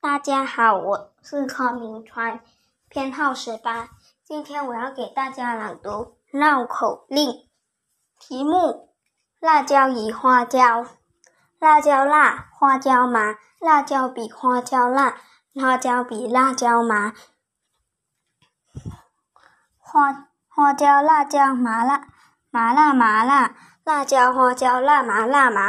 大家好，我是柯明川，编号18。今天我要给大家朗读绕口令。题目：辣椒与花椒。辣椒辣，花椒麻，辣椒比花椒辣，花椒比辣椒麻。花椒辣椒麻辣，麻辣麻辣，辣椒花椒辣麻辣麻。